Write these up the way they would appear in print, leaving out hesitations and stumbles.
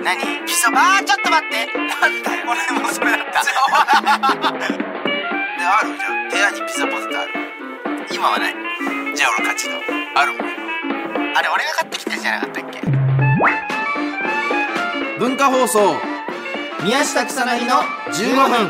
何ピザちょっと待ってなんだよ俺もそれだったであるじゃん部屋にピザポテトある今はないじゃあ俺勝ちだあるもんあれ俺が買ってきたんじゃなかったっけ文化放送宮下草薙の15分。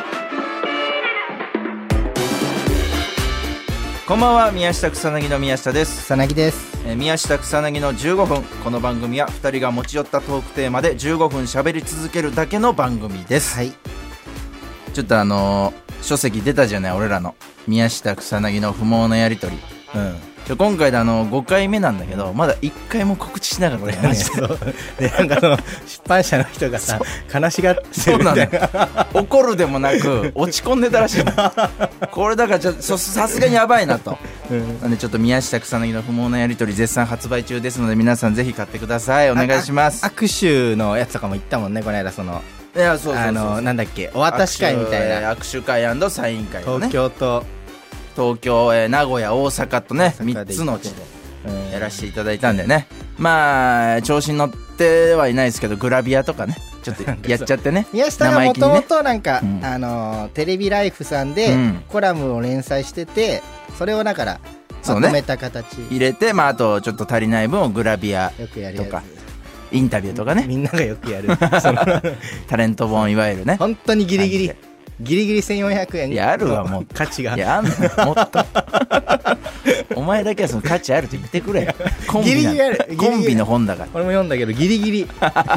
こんばんは、宮下草薙の宮下です。 草薙です。 宮下草薙の15分。この番組は2人が持ち寄ったトークテーマで15分喋り続けるだけの番組です。 はい。 ちょっと書籍出たじゃない、俺らの宮下草薙の不毛なやりとり。今回で5回目なんだけど、まだ1回も告知しなかったよね。 でなんか出版社の人がさ悲しがってるみたいな。そうなの怒るでもなく落ち込んでたらしいのこれだからさすがにやばいなと、なんでちょっと宮下草薙の不毛なやりとり絶賛発売中ですので、皆さんぜひ買ってください。お願いします。 握手のやつとかも言ったもんね、この間。 いや、そうなんだっけ、お渡し会みたいな握手会&サイン会をね、 東京、 名古屋、大阪とね、3つの地でやらせていただいたんでね、まあ調子に乗ってはいないですけど、グラビアとかねちょっとやっちゃってね宮下がもともとなんか、テレビライフさんでコラムを連載してて、それをだからまとめた形、 入れて、あとちょっと足りない分をグラビアとかインタビューとかね、 みんながよくやるタレント本、いわゆるね、 本当にギリギリ1400円。 やるわ、もう価値が。 いや、あんのもっとお前だけはその価値あると言ってくれ。コンビギリギリある。 コンビの本だから。 俺も読んだけどギリギリ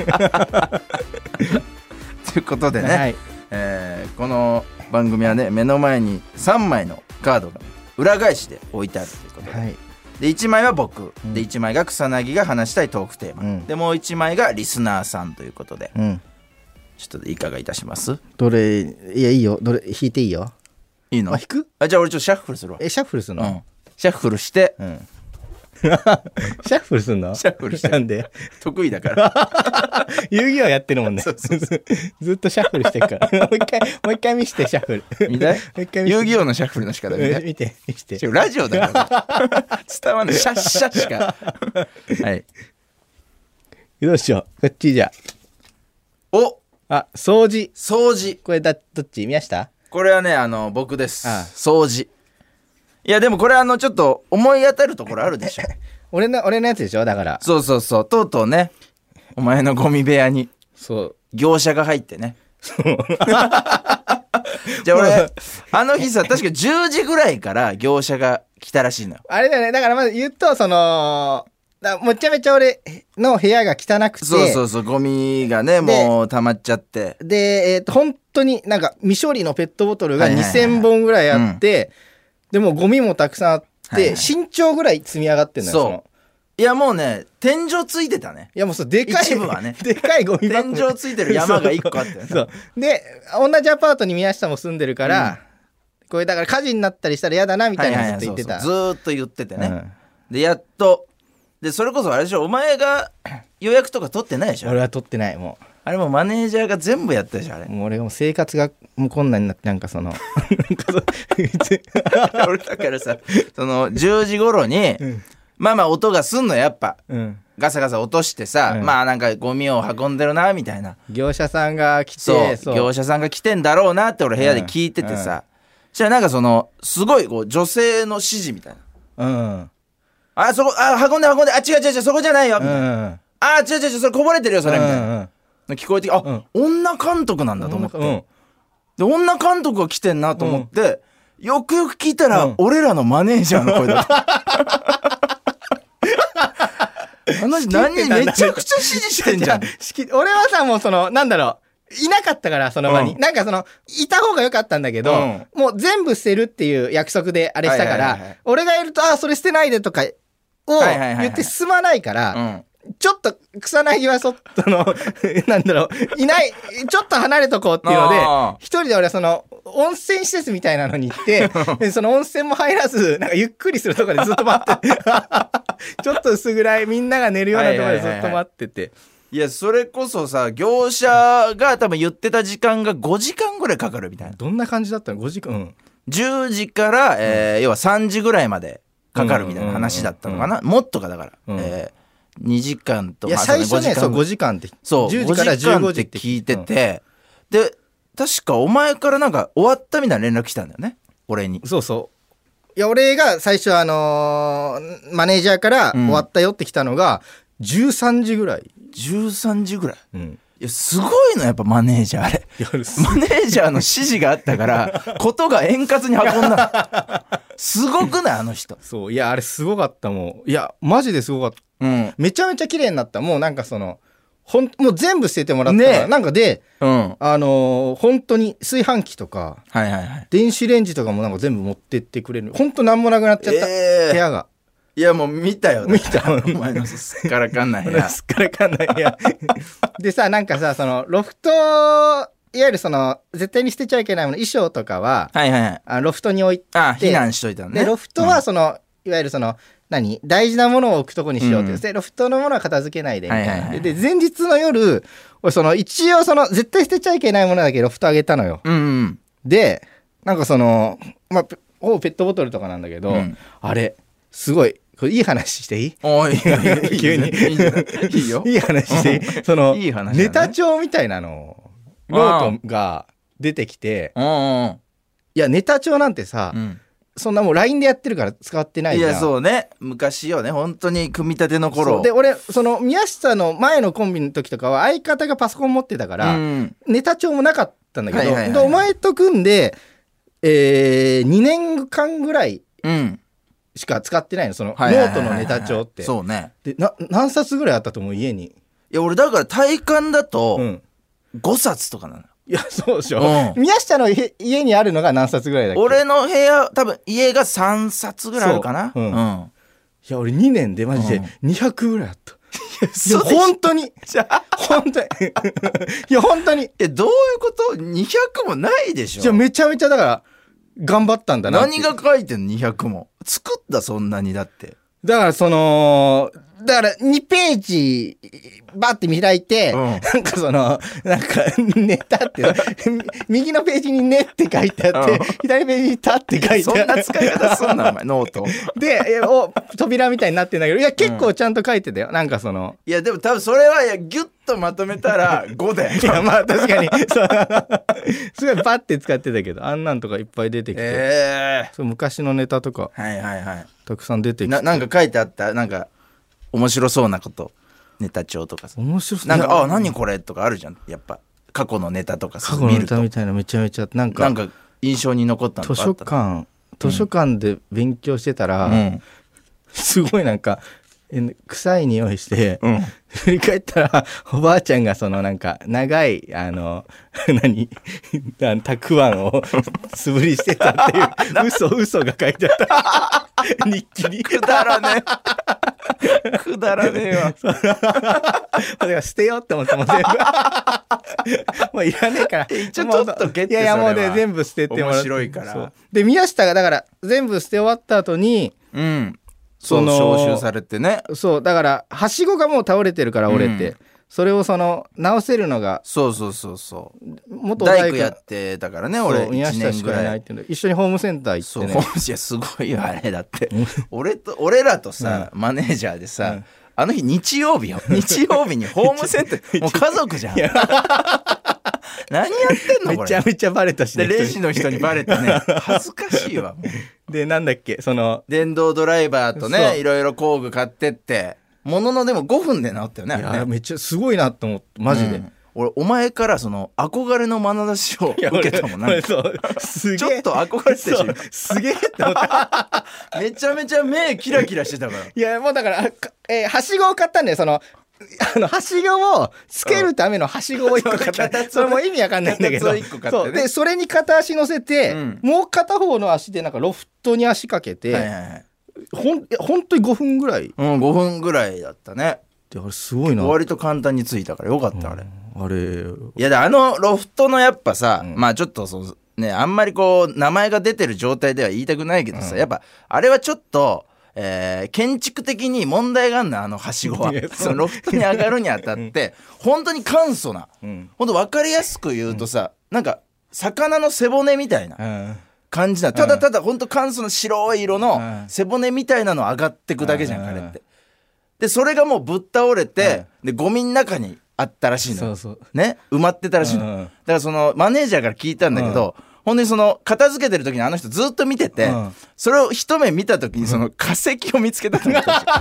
ということでね、 はい、 この番組はね、目の前に3枚のカードが裏返しで置いてあるということで、はい、で1枚は僕、で1枚が草薙が話したいトークテーマ、でもう1枚がリスナーさんということで、ちょっといかがいたします？ どれ、いや、いいよ、どれ弾いていいよ。 いいの？ 弾く？ じゃあ俺ちょっとシャッフルするわ。 シャッフルするの？ シャッフルして、 シャッフルするの？ シャッフルして。 なんで？ 得意だから遊戯王やってるもんね。ずっとシャッフルしてるからもう一回見してシャッフル。 見たい？遊戯王のシャッフルの仕方見て。 ラジオだから伝わんない。シャッシャッしかはい。 どうしよう、こっちじゃ。掃除。これどっち？宮下？ これはね、僕です。掃除。いやでもこれちょっと思い当たるところあるでしょ俺のやつでしょ。だからそうとうとうね、お前のゴミ部屋に業者が入ってねじゃあ俺あの日さ、確か10時ぐらいから業者が来たらしいのよ。 あれだよね。だからまず言うと、めちゃめちゃ俺の部屋が汚くて、 そうゴミがねもう溜まっちゃって、 で本当になんか未処理のペットボトルが2000本ぐらいあって、でもゴミもたくさんあって、身長ぐらい積み上がってんのよ。 いやもうね、天井ついてたね。 いやもうでかい一部はねでかいゴミ箱、 天井ついてる山が1個あってねそうで、同じアパートに宮下も住んでるから、これだから火事になったりしたら嫌だなみたいなずっと言ってた。 ずーっと言っててね、でやっとで、それこそあれでしょ、お前が予約とか取ってないでしょ。 俺は取ってない。もうあれもマネージャーが全部やったでしょ。あれもう俺がもう生活がもう困難になって、なんか俺だからさ、10時頃に、音がすんのやっぱ、ガサガサ落としてさ、なんかゴミを運んでるなみたいな、 業者さんが来て、 業者さんが来てんだろうなって俺部屋で聞いててさ、そしたらなんかすごい女性の指示みたいな、そこ運んで、違うそこじゃないよみたいな、違うそれこぼれてるよそれみたいな、聞こえてきて、女監督なんだと思って、で女監督が来てんなと思って、よくよく聞いたら、俺らのマネージャーの声だっためちゃくちゃ指示してんじゃん俺はさ、もうなんだろう、いなかったからその場に、なんかいた方が良かったんだけど、もう全部捨てるっていう約束であれしたから、俺がいるとそれ捨てないでとかを言って進まないから、ちょっと草薙はなんだろう、いないちょっと離れとこうっていうので、一人で俺は温泉施設みたいなのに行ってその温泉も入らず、なんかゆっくりするとこでずっと待ってちょっと薄暗いみんなが寝るようなところでずっと待ってて、 いやそれこそさ、業者が多分言ってた時間が5時間ぐらいかかるみたいな。 どんな感じだったの？5時間、 10時から、要は3時ぐらいまでかかるみたいな話だったのかな、もっとかだから、 2時間といや最初ねそう5時間ってそう 10時から15時って聞いてて、で確かお前からなんか終わったみたいな連絡来たんだよね俺に。 そうそういや俺が最初マネージャーから終わったよって来たのが13時ぐらい。 13時ぐらい、 うん、 いやすごいのやっぱマネージャーあれマネージャーの指示があったからことが円滑に運んだすごくないあの人。 そういやあれすごかったもん。いやマジですごかった、うん、めちゃめちゃ綺麗になった。もうなんかもう全部捨ててもらったから、ね、なんかで、うん、本当に炊飯器とか、はいはいはい、電子レンジとかもなんか全部持ってってくれる。本当なんもなくなっちゃった、部屋が。 いやもう見たよ、 見たお前のすっからかんない部屋すっからかんない部屋でさなんかさロフトいわゆる絶対に捨てちゃいけないもの衣装とかは、はいはいはい、ロフトに置いて避難しといたのね。 でロフトはいわゆる大事なものを置くとこにしようって、うん、でロフトのものは片付けないでみたいな、はいはいはい、で前日の夜俺一応絶対捨てちゃいけないものだけロフトあげたのよ、うんうん、でなんかまあほぼペットボトルとかなんだけど、うん、あれすごいこれいい話していい？ おい急にいいよいい話していい？いい話、ね、ネタ帳みたいなのノートが出てきて、いやネタ帳なんてさ、うん、そんなもう LINE でやってるから使ってないじゃん。 いやそうね昔よね本当に組み立ての頃で俺宮下の前のコンビの時とかは相方がパソコン持ってたから、うん、ネタ帳もなかったんだけど、はいはいはいはい、お前と組んで、2年間ぐらい、うんしか使ってないのノートのネタ帳って。 そうね。 で何冊ぐらいあったと思う家に。いや俺だから体感だと5冊とかなの。 いやそうでしょ、うん、宮下の家にあるのが何冊ぐらいだっけ？ 俺の部屋多分家が3冊ぐらいあるかな。うん、うん、いや俺2年でマジで200ぐらいあった、いや本当に本当にいや本当にどういうこと？ 200 もないでしょ。 じゃあめちゃめちゃだから頑張ったんだなって。 何が書いてんの200も作ったそんなに。だってだからだから2ページバッて開いて、うん、なんかなんかネタって右のページにねって書いてあって、うん、左ページにたって書いてあってそんな使い方すんなお前ノートで扉みたいになってんだけどいや結構ちゃんと書いてたよ、うん、なんかいやでも多分それはギュッとまとめたら5だよいやまあ確かにすごいバッて使ってたけどあんなんとかいっぱい出てきて、そう昔のネタとか、はいはいはい、たくさん出てきてなんか書いてあったなんか面白そうなことネタ帳とかさ面白そうなんか何これとかあるじゃんやっぱ過去のネタとか過去のネタみたいなめちゃめちゃなんか印象に残ったのとか図書館で勉強してたら、うん、すごいなんか臭い匂いして、うん、振り返ったらおばあちゃんがなんか長いたくあんを素振りしてたっていう嘘が書いてあった日記にくだらねえくだらねえわだから捨てようって思っても全部もういらねえからちょっとゲッていやもうね全部捨ててもらって面白いからで宮下がだから全部捨て終わった後にうん招集されてねそうだからはしごがもう倒れてるから折れて、うん、それを直せるのがそう元大工やってたからね俺宮下しかいないって一緒にホームセンター行ってねいやすごいよあれだって俺らとさ、うん、マネージャーでさ、うん、あの日日曜日にホームセンターもう家族じゃん何やってんのこれめちゃめちゃバレたし、 ね、でレジの人にバレてね恥ずかしいわもうでなんだっけ電動ドライバーとねいろいろ工具買ってってもののでも5分で治ったよね。 いやめっちゃすごいなと思ってマジで、うん、 俺お前から憧れの眼差しを受けたもんなんかちょっと憧れてたしすげえって思っためちゃめちゃ目キラキラしてたからいやもうだからはしごを買ったんだよはしごをつけるためのはしごを1個買ったそれも意味わかんないんだけどそうでそれに片足乗せて、うん、もう片方の足でなんかロフトに足かけて、はいはいはい、ほんとに5分ぐらい、 うん、5分ぐらいだったね。 であれすごいな割と簡単についたからよかった、うん、 あれいやロフトのやっぱさ、うん、まあちょっとねあんまり名前が出てる状態では言いたくないけどさ、うん、やっぱあれはちょっと建築的に問題があるのはしごはロフトに上がるにあたって本当に簡素な、うん、本当分かりやすく言うとさ、うん、なんか魚の背骨みたいな感じだ、うん、ただ本当簡素な白い色の背骨みたいなの上がってくだけじゃん、うん、あれってでそれがもうぶっ倒れて、でゴミの中にあったらしいのよ。 そうね、埋まってたらしいの、だからそのマネージャーから聞いたんだけど、ほんでその片付けてる時にあの人ずっと見てて、それを一目見た時にその化石を見つけたと思ったら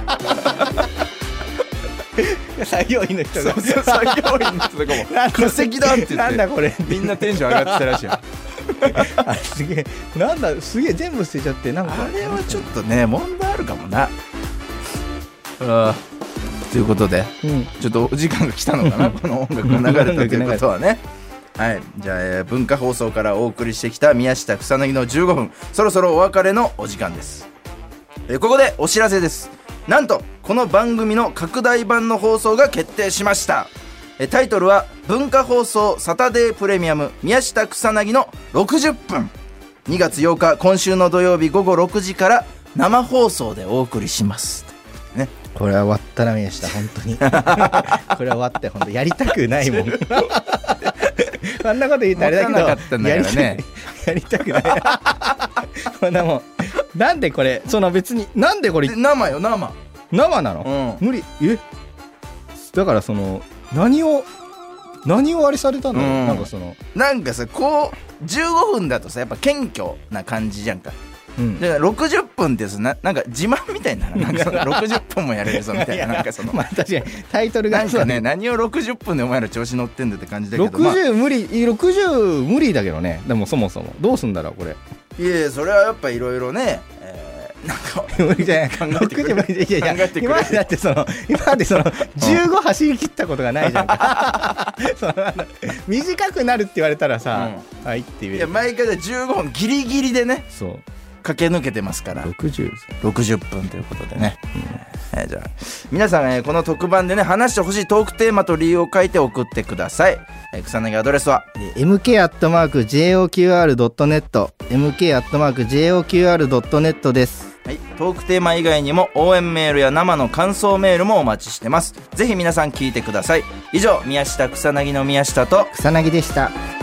しい作業員の人がそう作業員の人とかも化石だって言ってなんだこれみんなテンション上がってたらしいよあすげえなんだすげえ全部捨てちゃってなんかあれはちょっとね問題あるかもな。ということで、ちょっとお時間が来たのかなこの音楽が流れたということはねはい、じゃあ、文化放送からお送りしてきた宮下草薙の15分、そろそろお別れのお時間です。ここでお知らせです。なんとこの番組の拡大版の放送が決定しました。タイトルは文化放送サタデープレミアム宮下草薙の60分、2月8日今週の土曜日午後6時から生放送でお送りしますね。 これは終わったな宮下本当にこれは終わって本当やりたくないもんあんなこと言ってあれだけど持たなかったんだからねやりたくないこんなもんなんでこれその別になんでこれ生よ生なの、無理だからその何をあれされたの、なんかそのなんかさこう15分だとさやっぱ謙虚な感じじゃんか、だから60分ってさなんか自慢みたいななんかその60分もやれるぞみたいななんかそのまあ確かにタイトルがなんかね何を60分でお前ら調子乗ってんだって感じだけど 60無理だけどね。でもそもそもどうすんだろうこれ。 いやそれはやっぱいろいろねなんか無理じゃない考えてくれ今までだってその15走り切ったことがないじゃんかその短くなるって言われたらさ、はいって言える。 いや毎回15分ギリギリでねそう駆け抜けてますから 60 分ということでね、じゃあ皆さん、この特番でね話してほしいトークテーマと理由を書いて送ってください。草薙アドレスは mk@joqr.net mk@joqr.net です。 はい、トークテーマ以外にも応援メールや生の感想メールもお待ちしてます。ぜひ皆さん聞いてください。以上宮下草薙の宮下と草薙でした。